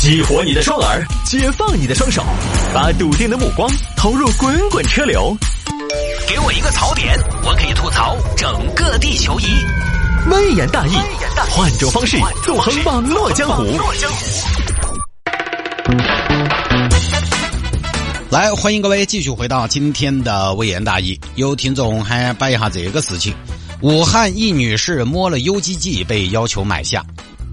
激活你的双耳，解放你的双手，把笃定的目光投入滚滚车流。给我一个槽点，我可以吐槽整个地球仪。微言大义，换种方式纵横网络江湖。 来，欢迎各位继续回到今天的微言大义。有听众还摆一下这个事情：武汉一女士摸了优基记被要求买下。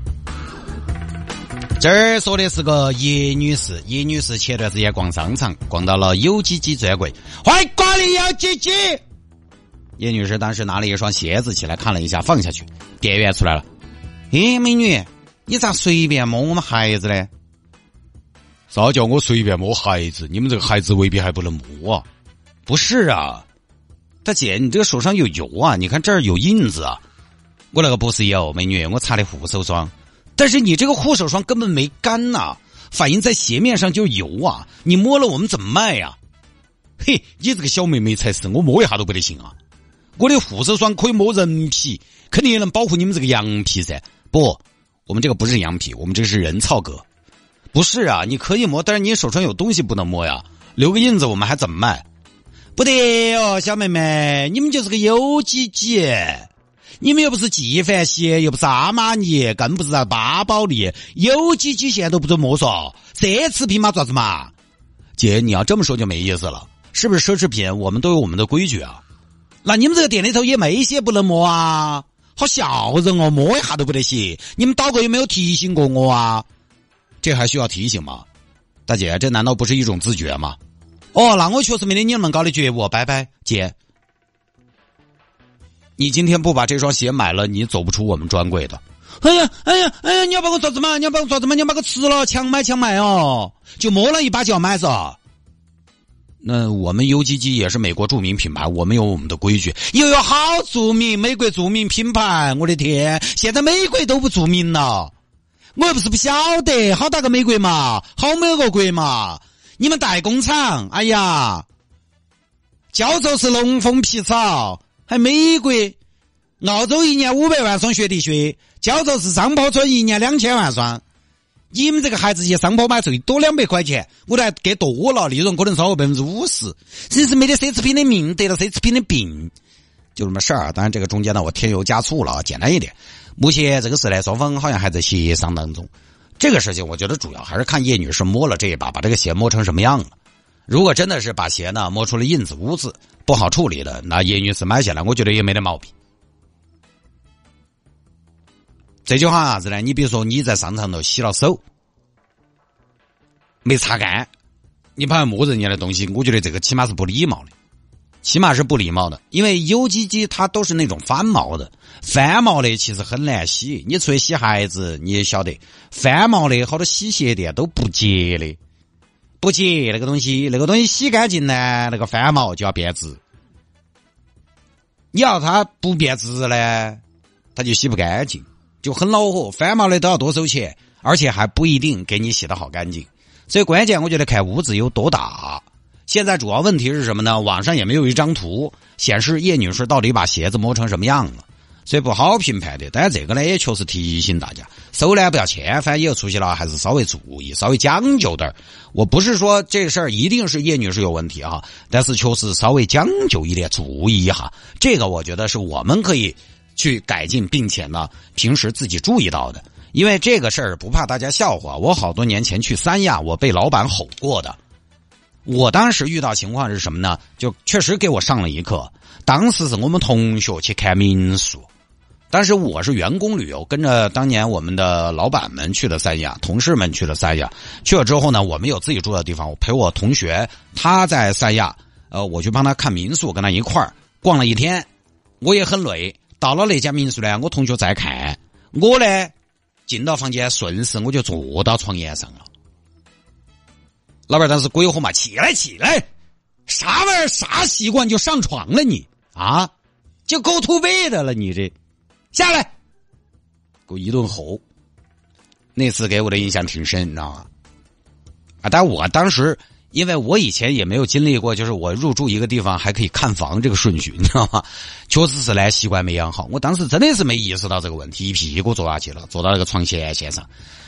这儿说的是个叶女士，叶女士前段时间逛商场，逛到了优基记专柜，欢迎光临优基记。叶女士当时拿了一双鞋子起来看了一下，放下去，店员出来了：美女，你咋随便摸我们孩子呢？啥叫我随便摸孩子？你们这个孩子未必还不能摸啊。不是啊，大姐，你这个手上有油啊，你看这儿有印子啊。我那个不是油，美女，我擦的护手霜。但是你这个护手霜根本没干啊，反映在鞋面上就是油啊，你摸了我们怎么卖啊？嘿，你这个小妹妹才是，我摸一下都不得行啊。我的护手霜可以摸人皮，肯定也能保护你们这个羊皮噻。不，我们这个不是羊皮，我们这个是人造革。不是啊，你可以摸，但是你手上有东西不能摸呀，留个印子我们还怎么卖？不得哦，小妹妹，你们就是个优基记，你们又不是纪梵希，又不是阿玛尼，更不是巴宝莉，优基记现在都不准摸索，奢侈品嘛，爪子嘛。姐，你要这么说就没意思了，是不是奢侈品我们都有我们的规矩啊？那你们这个店里头也没些不能摸啊，好笑人哦，摸一下都不得行，你们导购有没有提醒过我啊？这还需要提醒吗？大姐，这难道不是一种自觉吗？哦，那我确实没得你那么高的觉悟，拜拜。姐，你今天不把这双鞋买了，你走不出我们专柜的。哎呀，你要把我做什么？你要把我吃了，强买哦，就摸了一把就要买噻。那我们优基记也是美国著名品牌，我们有我们的规矩。有好著名，美国著名品牌，我的天，现在美国都不著名了。我又不是不晓得，好大个美国嘛，好美个国嘛，你们代工厂，哎呀，胶州是龙凤皮草，还美国，澳洲一年500万双雪地靴，胶州是商铺村一年2000万双。你们这个孩子去商铺买最多200块钱，我都还给多了，利润可能超过50%，真是没得奢侈品的命，得了奢侈品的病。就这么事儿，当然这个中间呢我添油加醋了，简单一点。目前这个时代双方好像还在协商当中，这个事情我觉得主要还是看叶女士摸了这一把，把这个鞋摸成什么样了。如果真的是把鞋呢摸出了印子污渍，不好处理的，那叶女士买下来我觉得也没得毛病。这句话啥子呢？你比如说你在商场头洗了手没擦干，你跑来摸人家的东西，我觉得这个起码是不礼貌的，因为优基记它都是那种翻毛的其实很难洗，你出去洗孩子你也晓得，翻毛的好多洗鞋店都不洁那个东西洗干净呢，那个翻毛就要变质，你要它不变质呢它就洗不干净，就很恼火，翻毛的都要多收钱，而且还不一定给你洗得好干净，所以关键我觉得看污渍有多大。现在主要问题是什么呢？网上也没有一张图显示叶女士到底把鞋子摸成什么样了，所以不好评判的。但是这个呢也确实提醒大家，手呢不要牵翻，以后出去了还是稍微注意，稍微讲究点。我不是说这个事儿一定是叶女士有问题啊，但是确实稍微讲究一点，注意一下，这个我觉得是我们可以去改进，并且呢平时自己注意到的。因为这个事儿不怕大家笑话，我好多年前去三亚，我被老板吼过的。我当时遇到情况是什么呢？就确实给我上了一课。当时是我们同学去看民宿，当时我是员工旅游，跟着当年我们的老板们去了三亚，同事们去了三亚。去了之后呢，我们有自己住的地方，我陪我同学，他在三亚，我去帮他看民宿，跟他一块儿逛了一天。我也很累，到了那家民宿呢，我同学在看，我呢进到房间，顺势我就坐到床沿上了。老板当时鬼火嘛，起来，啥玩意儿，啥习惯就上床了你啊？就狗土背的了你这，下来，给我一顿吼。那次给我的印象挺深，你知道吗？但我当时因为我以前也没有经历过，就是我入住一个地方还可以看房这个顺序，你知道吗？确实是呢习惯没养好，我当时真的是没意识到这个问题，一屁股坐下去了，坐到那个床线上。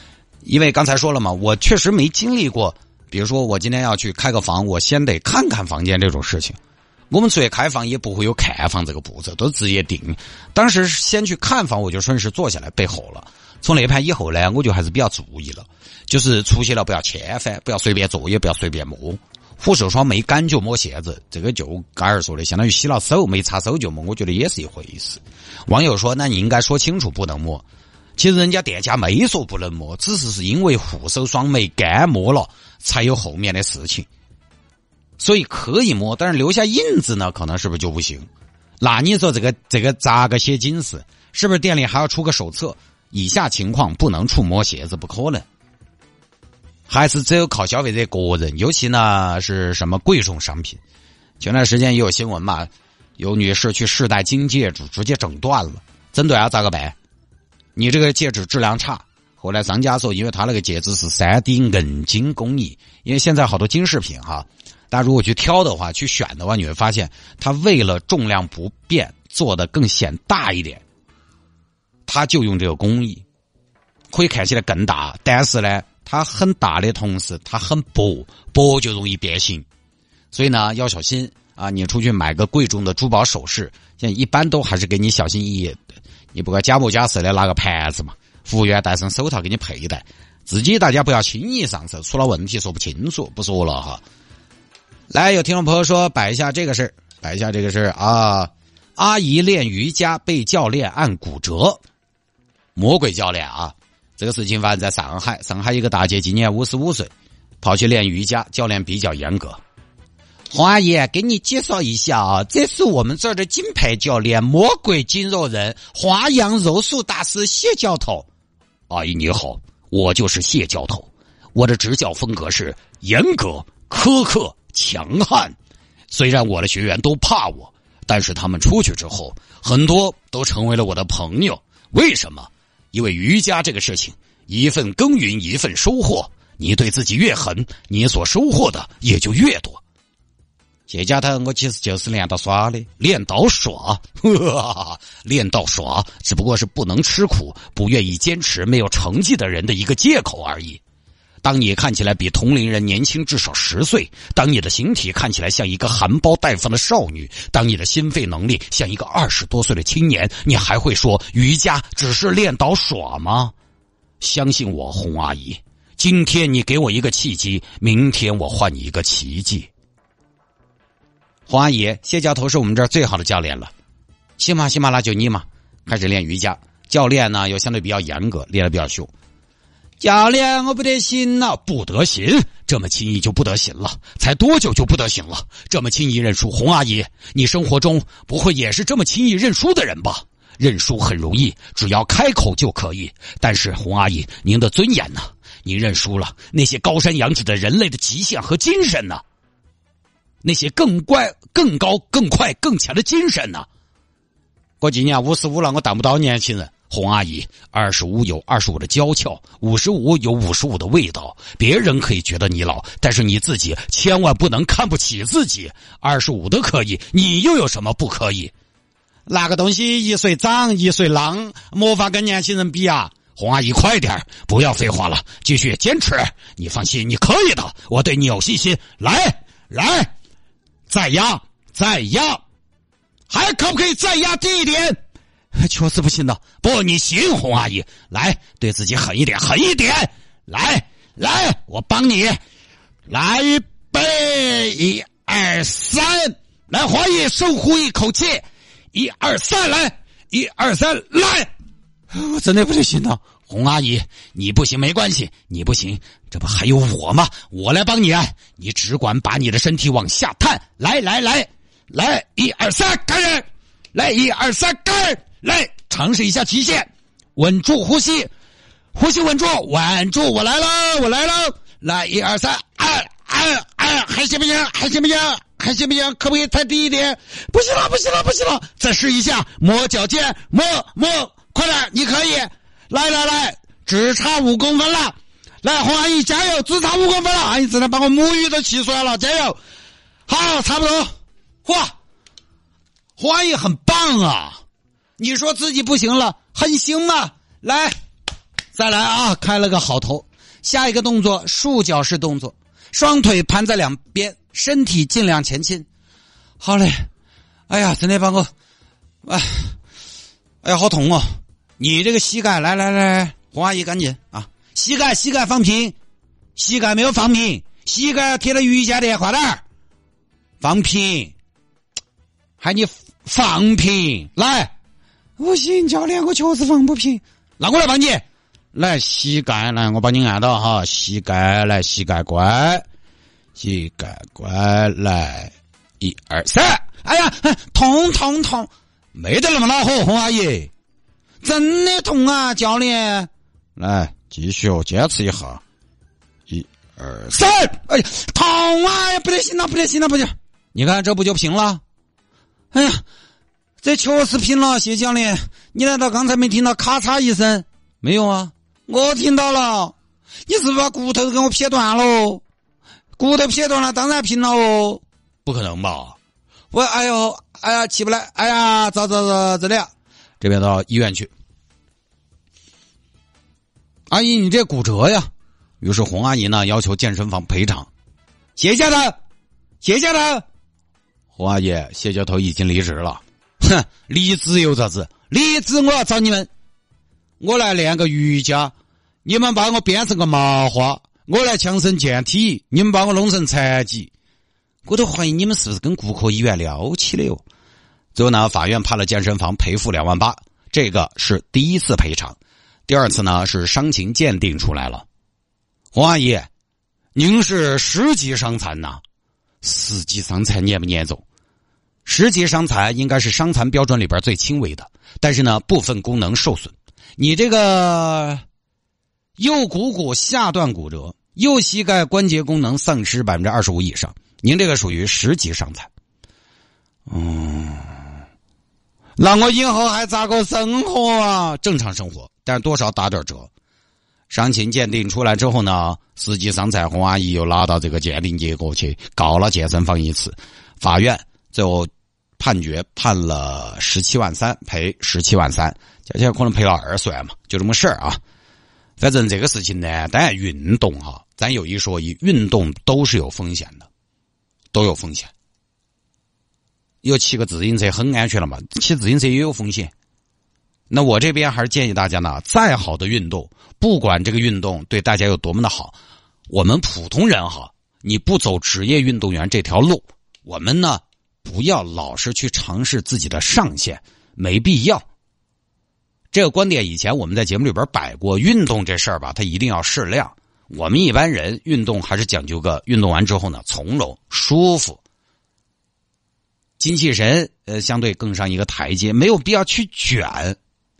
因为刚才说了嘛，我确实没经历过，比如说我今天要去开个房，我先得看看房间这种事情。我们出去开房也不会有看房这个步骤，都直接定。当时先去看房，我就顺势坐下来备后了。从那盘以后呢，我就还是比较注意了，就是出去了不要牵翻，不要随便坐，也不要随便摸。护手霜没干就摸鞋子，这个就嘎儿说的，相当于洗了手没擦手就摸，我觉得也是一回事。网友说，那你应该说清楚不能摸。其实人家店家没说不能摸，只是因为护手霜没干摸了，才有后面的事情。所以可以摸，但是留下印子呢，可能是不是就不行？那你说这个咋个写警示？是不是店里还要出个手册？以下情况不能触摸鞋子，不可能。还是只有靠消费者个人，尤其呢是什么贵重商品。前段时间也有新闻嘛，有女士去试戴金戒指，直接整断了。针对咋个办？你这个戒指质量差，后来商家说，因为他那个戒指是 3D 硬金工艺，因为现在好多金饰品哈，大家如果去挑的话，去选的话，你会发现它为了重量不变，做的更显大一点，它就用这个工艺，可以看起来更大，但是呢，它很大的同时，它很薄，薄就容易变形，所以呢要小心啊！你出去买个贵重的珠宝首饰，现在一般都还是给你小心翼翼的。你不管假模假式的拿个盘子嘛，服务员戴上手套给你佩戴，自己大家不要轻易上手，出了问题说不清楚，不说了哈。来，有听众朋友说摆一下这个事啊，阿姨练瑜伽被教练按骨折，魔鬼教练啊！这个事情发生在上海，上海一个大姐今年55岁，跑去练瑜伽，教练比较严格。黄阿姨，给你介绍一下啊，这是我们这儿的金牌教练，魔鬼筋肉人，华阳柔术大师谢教头。阿姨你好，我就是谢教头，我的执教风格是严格、苛刻、强悍。虽然我的学员都怕我，但是他们出去之后，很多都成为了我的朋友。为什么？因为瑜伽这个事情，一份耕耘一份收获，你对自己越狠，你所收获的也就越多。谢教头，我其实就是练到耍的，练到耍，练到耍，只不过是不能吃苦、不愿意坚持、没有成绩的人的一个借口而已。当你看起来比同龄人年轻至少10岁，当你的形体看起来像一个含苞待放的少女，当你的心肺能力像一个20多岁的青年，你还会说瑜伽只是练到耍吗？相信我，洪阿姨，今天你给我一个契机，明天我换你一个奇迹。黄阿姨，谢教头是我们这儿最好的教练了。行嘛，那就你嘛，开始练瑜伽。教练呢又相对比较严格，练得比较凶。教练，我不得行了，不得行，这么轻易就不得行了？才多久就不得行了？这么轻易认输？洪阿姨，你生活中不会也是这么轻易认输的人吧？认输很容易，只要开口就可以。但是洪阿姨，您的尊严呢？你认输了，那些高山仰止的人类的极限和精神呢？那些更乖、更高、更快、更强的精神呢？我今年55了，我当不到年轻人。洪阿姨，25有25的娇俏，55有55的味道。别人可以觉得你老，但是你自己千万不能看不起自己。25的可以，你又有什么不可以？那个东西一岁长一岁浪，没法跟年轻人比啊！洪阿姨，快点，不要废话了，继续坚持。你放心，你可以的，我对你有信心。来，再压，还可不可以再压低一点？确实不行的。不，你行，洪阿姨，来，对自己狠一点，来，我帮你，来，预备，1、2、3，来，黄阿姨，深呼一口气，1、2、3，来，1、2、3，来。我真的不行的，洪阿姨，你不行没关系，你不行，这不还有我吗？我来帮你按，你只管把你的身体往下探，来，1、2、3，开始，来，1、2、3，开始，来，尝试一下极限，稳住呼吸，稳住，我来了，来，1、2、3，按，还行不行？可不可以再低一点？不行了，再试一下，摸脚尖，摸。快点，你可以！来，只差5公分了！来，洪阿姨加油，只差5公分了！阿姨只能把我母语都气出来了，加油！好，差不多。嚯，洪阿姨很棒啊！你说自己不行了，很行嘛！来，再来啊！开了个好头。 下一个动作束脚式动作，双腿盘在两边，身体尽量前倾。好嘞，哎呀，真的把我，哎呀，好痛哦！你这个膝盖，来，红阿姨赶紧啊，膝盖放平，膝盖没有放平，膝盖贴了瑜伽垫，快点儿放平，喊你放平来。不行，教练，我确实放不平。那我来帮你，来膝盖来，我帮你按到哈，膝盖来，膝盖乖，来，1、2、3，哎呀，痛，没得那么恼火，红阿姨，真的痛啊，教练，来继续坚持一下，1、2、3，哎呀，痛啊，不得行了，你看这不就平了？哎呀。这确实平了，谢教练。你难道刚才没听到咔嚓一声？没有啊，我听到了。你是不是把骨头给我撇断了？骨头撇断了，当然平了哦。不可能吧？我哎呀，起不来，哎呀，咋真的？这边到医院去。阿姨，你这骨折呀？于是洪阿姨呢要求健身房赔偿。谢家头。洪阿姨，谢家头已经离职了。哼，离职又咋子？离职我要找你们，我来练个瑜伽，你们把我编成个麻花，我来强身健体，你们把我弄成残疾。我都怀疑你们是不是跟顾客医院聊起了哟。最后呢，法院判了健身房赔付2万8，这个是第一次赔偿。第二次呢是伤情鉴定出来了。洪阿姨，您是10级伤残呐？10级伤残严不严重？10级伤残应该是伤残标准里边最轻微的，但是呢，部分功能受损。你这个右股骨下段骨折，右膝盖关节功能丧失25%以上，您这个属于10级伤残。那我以后还咋个生活啊？正常生活，但是多少打点折。伤情鉴定出来之后呢，10级伤残洪阿姨又拿到这个鉴定结果去告了健身房一次，法院最后判决判了17万3，赔17万3，加起来可能赔了20万嘛，就这么事儿啊。反正这个事情呢，当然运动哈，咱有一说一，运动都是有风险的，都有风险。又骑个自行车很安全了嘛，骑自行车也有风险。那我这边还是建议大家呢，再好的运动，不管这个运动对大家有多么的好，我们普通人哈，你不走职业运动员这条路，我们呢不要老是去尝试自己的上限，没必要。这个观点以前我们在节目里边摆过，运动这事儿吧，它一定要适量。我们一般人运动还是讲究个运动完之后呢，从容舒服，精气神相对更上一个台阶，没有必要去卷。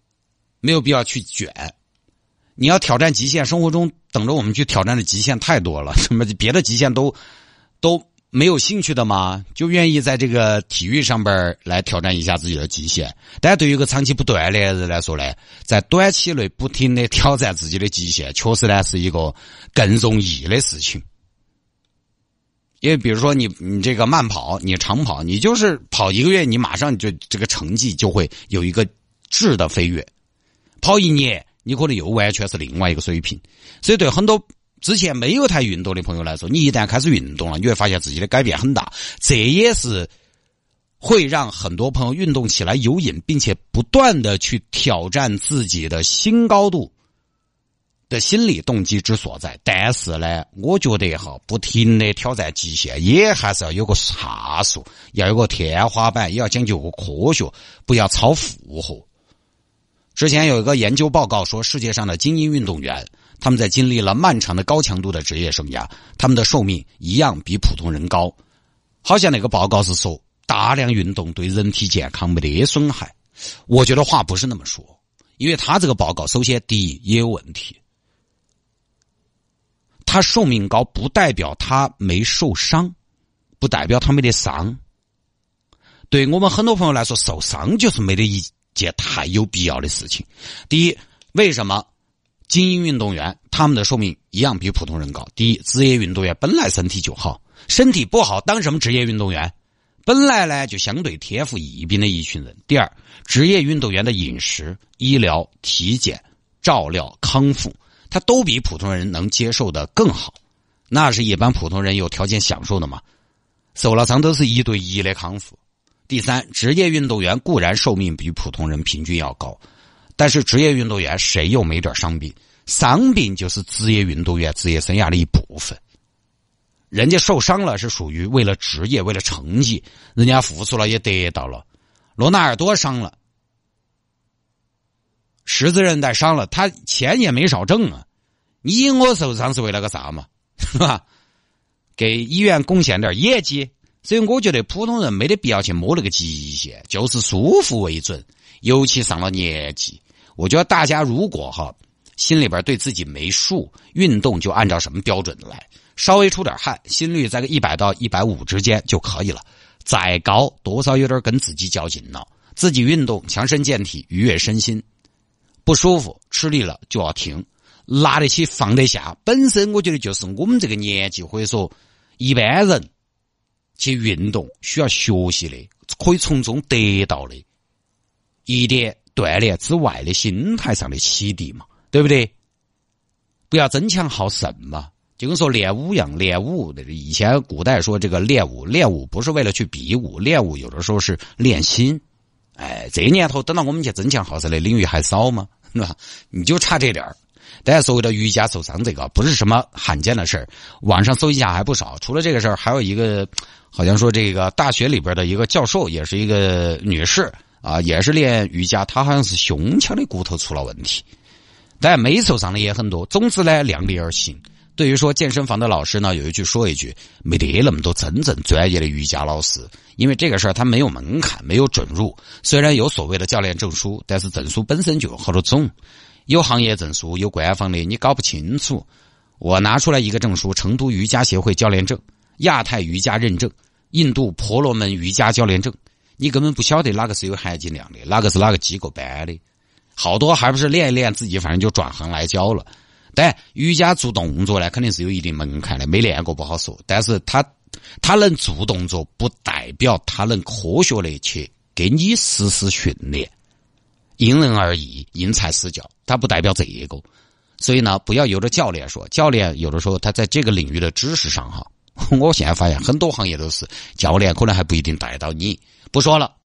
你要挑战极限，生活中等着我们去挑战的极限太多了，什么别的极限都没有兴趣的嘛，就愿意在这个体育上边来挑战一下自己的极限。但是对于一个长期不锻炼的人来说呢，在短期内不停的挑战自己的极限，确实呢是一个更容易的事情。因为比如说你这个慢跑，你长跑，你就是跑1个月，你马上就这个成绩就会有一个质的飞跃。跑1年，你可能又完全是另外一个水平。所以对很多之前没有太运动的朋友来说，你一旦开始运动了，你会发现自己的改变很大。这也是会让很多朋友运动起来有瘾，并且不断的去挑战自己的新高度的心理动机之所在。但是呢，我觉得哈，不停的挑战极限也还是要有个差数，要有个天花板，也要讲究个科学，不要超负荷。之前有一个研究报告说，世界上的精英运动员，他们在经历了漫长的高强度的职业生涯，他们的寿命一样比普通人高。好像那个报告是说，大量运动对人体健康没得损害。我觉得话不是那么说，因为他这个报告首先第一也有问题。他寿命高不代表他没受伤，不代表他没得伤。对我们很多朋友来说，受伤就是没得一件太有必要的事情。第一，为什么精英运动员他们的寿命一样比普通人高？第一，职业运动员本来身体就好，身体不好当什么职业运动员？本来呢就相对天赋异禀的一群人。第二，职业运动员的饮食、医疗、体检、照料、康复， 它都比普通人能接受的更好。那是一般普通人有条件享受的嘛？受了伤都是1对1的康复。第三，职业运动员固然寿命比普通人平均要高，但是职业运动员谁又没点伤病？伤病就是职业运动员职业生涯的一部分。人家受伤了是属于为了职业，为了成绩，人家付出了也得到了。罗纳尔多伤了，十字韧带伤了，他钱也没少挣啊。你我受伤是为了个啥嘛？是吧？给医院贡献点业绩。所以我觉得普通人没得必要去摸那个极限，就是舒服为准。尤其上了年纪，我觉得大家如果心里边对自己没数，运动就按照什么标准来，稍微出点汗，心率在个100到150之间就可以了。再高多少有点跟自己较劲了。自己运动强身健体，愉悦身心。不舒服吃力了就要停，拿得起放得下。本身我觉得就是我们这个年纪或者说一般人去运动需要学习的，可以从中得到的一点锻炼之外的心态上的启迪嘛，对不对？不要争强好胜嘛，就跟说练武一样，练武以前古代说这个练武不是为了去比武，练武有的时候是练心。这年头等到我们去争强好胜的领域还少吗？是吧？你就差这点儿。但是所谓的瑜伽受伤这个不是什么罕见的事儿，网上搜一下还不少。除了这个事儿，还有一个好像说这个大学里边的一个教授，也是一个女士啊，也是练瑜伽，她好像是胸腔的骨头出了问题，但没受伤的也很多。总之呢，量力而行。对于说健身房的老师呢，有一句说一句，没得那么多真正专业的瑜伽老师，因为这个事儿它没有门槛，没有准入。虽然有所谓的教练证书，但是证书本身就有好多种，有行业证书，有官方的，你搞不清楚。我拿出来一个证书，成都瑜伽协会教练证、亚太瑜伽认证、印度婆罗门瑜伽教练证，你根本不晓得哪个是有含金量的，哪个是哪个机构颁的。好多还不是练一练自己反正就转行来教了。但瑜伽做动作呢，肯定是有一定门槛的，没练过不好说。但是他能做动作，不代表他能科学的去给你实施训练，因人而异，因材施教，他不代表这个。所以呢，不要由着教练说，教练有的时候他在这个领域的知识上我现在发现很多行业都是教练可能还不一定带到你。不说了，